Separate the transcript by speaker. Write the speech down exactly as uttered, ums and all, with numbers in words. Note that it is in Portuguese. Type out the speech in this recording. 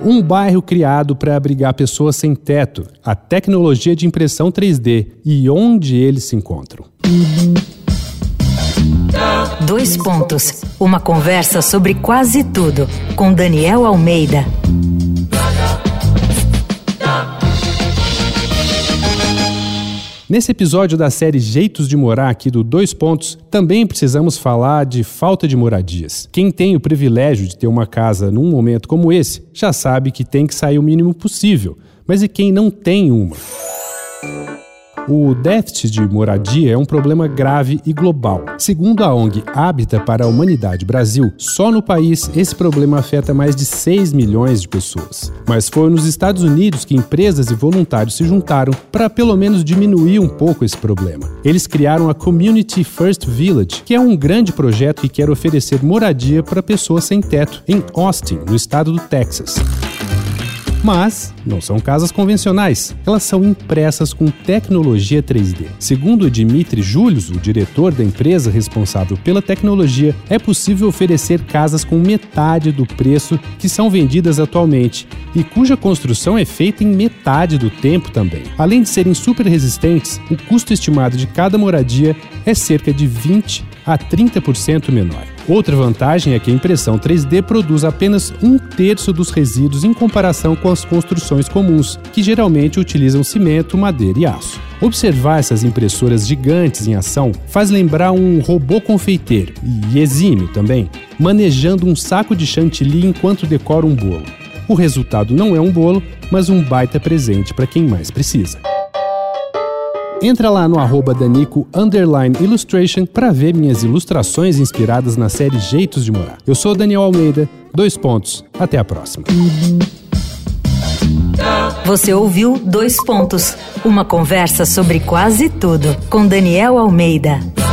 Speaker 1: Um bairro criado para abrigar pessoas sem teto, a tecnologia de impressão três D e onde eles se encontram.
Speaker 2: Dois pontos. Uma conversa sobre quase tudo, com Daniel Almeida.
Speaker 1: Nesse episódio da série Jeitos de Morar aqui do Dois Pontos, também precisamos falar de falta de moradias. Quem tem o privilégio de ter uma casa num momento como esse, já sabe que tem que sair o mínimo possível. Mas e quem não tem uma? O déficit de moradia é um problema grave e global. Segundo a O N G Hábitat para a Humanidade Brasil, só no país esse problema afeta mais de seis milhões de pessoas. Mas foi nos Estados Unidos que empresas e voluntários se juntaram para pelo menos diminuir um pouco esse problema. Eles criaram a Community First Village, que é um grande projeto que quer oferecer moradia para pessoas sem teto em Austin, no estado do Texas. Mas não são casas convencionais, elas são impressas com tecnologia três D. Segundo Dimitri Julius, o diretor da empresa responsável pela tecnologia, é possível oferecer casas com metade do preço que são vendidas atualmente e cuja construção é feita em metade do tempo também. Além de serem super resistentes, o custo estimado de cada moradia é cerca de vinte a trinta por cento menor. Outra vantagem é que a impressão três D produz apenas um terço dos resíduos em comparação com as construções comuns, que geralmente utilizam cimento, madeira e aço. Observar essas impressoras gigantes em ação faz lembrar um robô confeiteiro, e exímio também, manejando um saco de chantilly enquanto decora um bolo. O resultado não é um bolo, mas um baita presente para quem mais precisa. Entra lá no arroba Danico underline illustration para ver minhas ilustrações inspiradas na série Jeitos de Morar. Eu sou Daniel Almeida, dois pontos, até a próxima.
Speaker 2: Você ouviu Dois Pontos, uma conversa sobre quase tudo com Daniel Almeida.